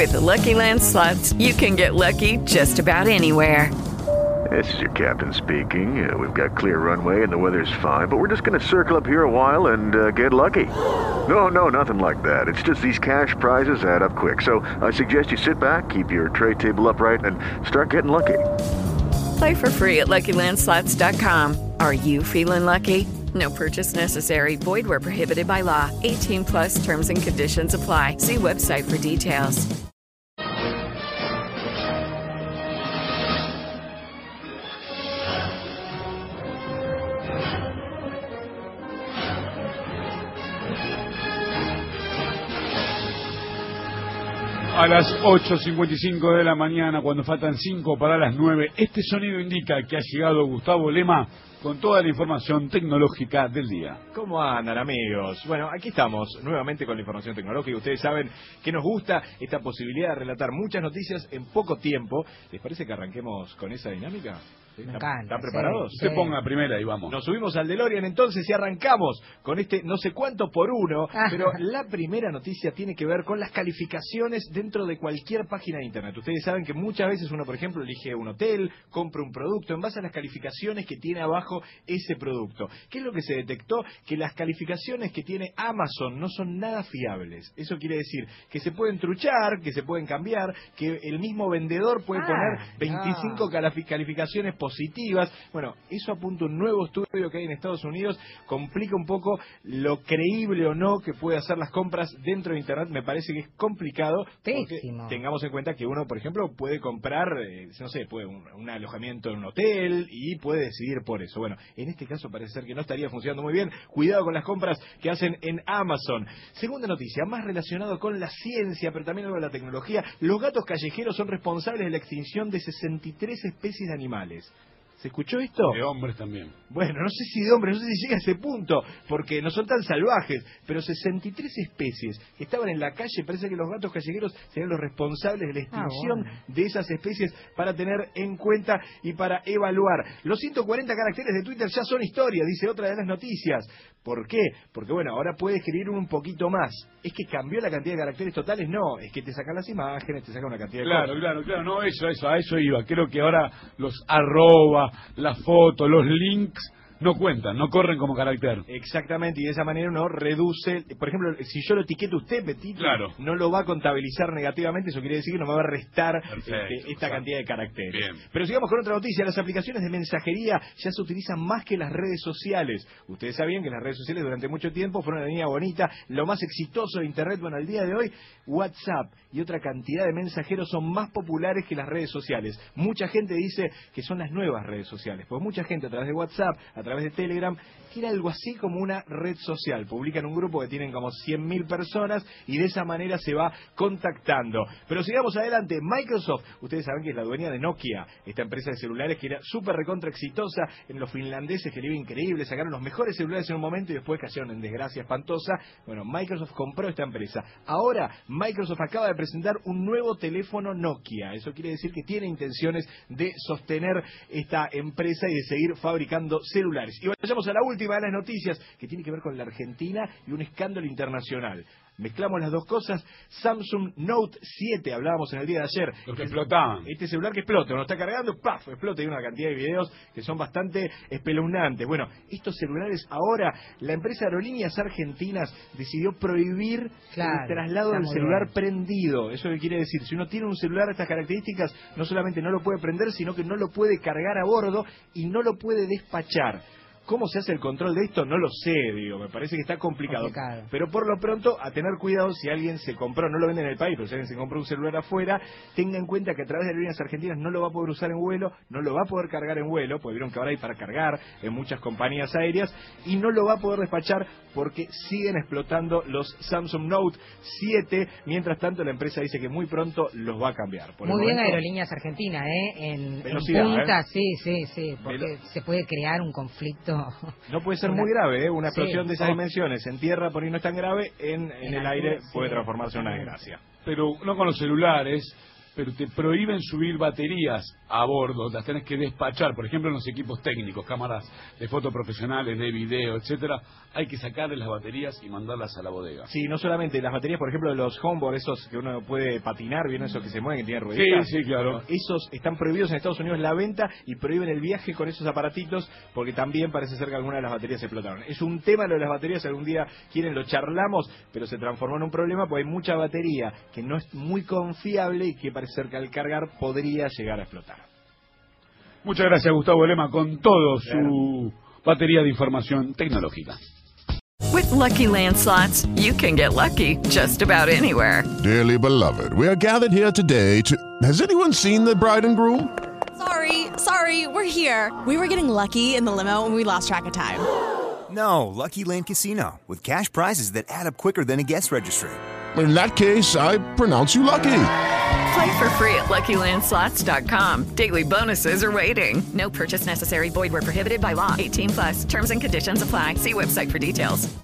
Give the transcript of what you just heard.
With the Lucky Land Slots, you can get lucky just about anywhere. This is your captain speaking. We've got clear runway and the weather's fine, but we're just going to circle up here a while and get lucky. No, nothing like that. It's just these cash prizes add up quick. So I suggest you sit back, keep your tray table upright, and start getting lucky. Play for free at LuckyLandSlots.com. Are you feeling lucky? No purchase necessary. Void where prohibited by law. 18 plus terms and conditions apply. See website for details. A las 8:55 de la mañana, cuando faltan 5 para las 9, este sonido indica que ha llegado Gustavo Lema con toda la información tecnológica del día. ¿Cómo andan, amigos? Bueno, aquí estamos nuevamente con la información tecnológica. Ustedes saben que nos gusta esta posibilidad de relatar muchas noticias en poco tiempo. ¿Les parece que arranquemos con esa dinámica? ¿Están preparados? Usted ponga primera y vamos. Nos subimos al DeLorean entonces y arrancamos con este no sé cuánto por uno, pero la primera noticia tiene que ver con las calificaciones dentro de cualquier página de internet. Ustedes saben que muchas veces uno, por ejemplo, elige un hotel, compra un producto en base a las calificaciones que tiene abajo ese producto. ¿Qué es lo que se detectó? Que las calificaciones que tiene Amazon no son nada fiables. Eso quiere decir que se pueden truchar, que se pueden cambiar, que el mismo vendedor puede poner 25 calificaciones positivas. Bueno, eso apunta un nuevo estudio que hay en Estados Unidos, complica un poco lo creíble o no que puede hacer las compras dentro de internet. Me parece que es complicado. Pésimo. Tengamos en cuenta que uno, por ejemplo, puede comprar, no sé, puede un alojamiento en un hotel y puede decidir por eso. Bueno, en este caso parece ser que no estaría funcionando muy bien. Cuidado con las compras que hacen en Amazon. Segunda noticia, más relacionado con la ciencia, pero también con la tecnología. Los gatos callejeros son responsables de la extinción de 63 especies de animales. ¿Se escuchó esto? De hombres también. Bueno, no sé si de hombres, no sé si llega a ese punto, porque no son tan salvajes, pero 63 especies que estaban en la calle. Parece que los gatos callejeros serían los responsables de la extinción de esas especies, para tener en cuenta y para evaluar. Los 140 caracteres de Twitter ya son historia, dice otra de las noticias. ¿Por qué? Porque bueno, ahora puedes escribir un poquito más. ¿Es que cambió la cantidad de caracteres totales? No, es que te sacan las imágenes, te sacan una cantidad de cosas. Claro, no, a eso iba. Creo que ahora los arroba, las fotos, los links no cuentan, no corren como carácter. Exactamente, y de esa manera uno reduce. Por ejemplo, si yo lo etiqueto a usted, Petit, no lo va a contabilizar negativamente. Eso quiere decir que no me va a restar esta cantidad de caracteres. Bien. Pero sigamos con otra noticia. Las aplicaciones de mensajería ya se utilizan más que las redes sociales. Ustedes sabían que las redes sociales durante mucho tiempo fueron una línea bonita, lo más exitoso de internet. Bueno, al día de hoy WhatsApp y otra cantidad de mensajeros son más populares que las redes sociales. Mucha gente dice que son las nuevas redes sociales, pues mucha gente a través de WhatsApp, a través de Telegram, quiere algo así como una red social. Publican un grupo que tienen como 100.000 personas y de esa manera se va contactando. Pero sigamos adelante. Microsoft, ustedes saben que es la dueña de Nokia, esta empresa de celulares que era súper recontra exitosa. En los finlandeses, que le iba increíble, sacaron los mejores celulares en un momento y después cayeron en desgracia espantosa. Bueno, Microsoft compró esta empresa. Ahora Microsoft acaba de presentar un nuevo teléfono Nokia. Eso quiere decir que tiene intenciones de sostener esta empresa y de seguir fabricando celulares. Y vayamos a la última de las noticias, que tiene que ver con la Argentina y un escándalo internacional. Mezclamos las dos cosas. Samsung Note 7, hablábamos en el día de ayer. Los que explotaban. Este celular que explota, uno está cargando, ¡paf!, explota. Y una cantidad de videos que son bastante espeluznantes. Bueno, estos celulares ahora, la empresa Aerolíneas Argentinas decidió prohibir el traslado del celular prendido. Eso quiere decir, si uno tiene un celular de estas características, no solamente no lo puede prender, sino que no lo puede cargar a bordo y no lo puede despachar. ¿Cómo se hace el control de esto? No lo sé, me parece que está complicado. Pero por lo pronto, a tener cuidado, si alguien se compró, no lo vende en el país, pero si alguien se compró un celular afuera, tenga en cuenta que a través de Aerolíneas Argentinas no lo va a poder usar en vuelo, no lo va a poder cargar en vuelo, porque vieron que ahora hay para cargar en muchas compañías aéreas, y no lo va a poder despachar porque siguen explotando los Samsung Note 7. Mientras tanto, la empresa dice que muy pronto los va a cambiar. Muy bien Aerolíneas Argentinas, en punta, sí, porque se puede crear un conflicto. No puede ser muy grave, una explosión de esas dimensiones. En tierra por ahí no es tan grave, en el aire puede transformarse en una desgracia. Pero no con los celulares. pero te prohíben subir baterías a bordo, las tenés que despachar. Por ejemplo, en los equipos técnicos, cámaras de foto profesionales, de video, etcétera, hay que sacarles las baterías y mandarlas a la bodega. Sí, no solamente las baterías, por ejemplo, de los homeboard, esos que uno puede patinar, ¿vieron esos que se mueven, que tienen rueditas? Sí, claro. Bueno, esos están prohibidos en Estados Unidos la venta y prohíben el viaje con esos aparatitos porque también parece ser que algunas de las baterías explotaron. Es un tema lo de las baterías, algún día quieren lo charlamos, pero se transformó en un problema porque hay mucha batería que no es muy confiable y que parece ser que al cargar podría llegar a explotar. Muchas gracias, Gustavo Lema, con todo su batería de información tecnológica. With Lucky Land Slots, you can get lucky just about anywhere. Dearly beloved, we are gathered here today to... Has anyone seen the bride and groom? Sorry, we're here. We were getting lucky in the limo and we lost track of time. No, Lucky Land Casino, with cash prizes that add up quicker than a guest registry. In that case, I pronounce you lucky. Play for free at LuckyLandSlots.com. Daily bonuses are waiting. No purchase necessary. Void where prohibited by law. 18+. Terms and conditions apply. See website for details.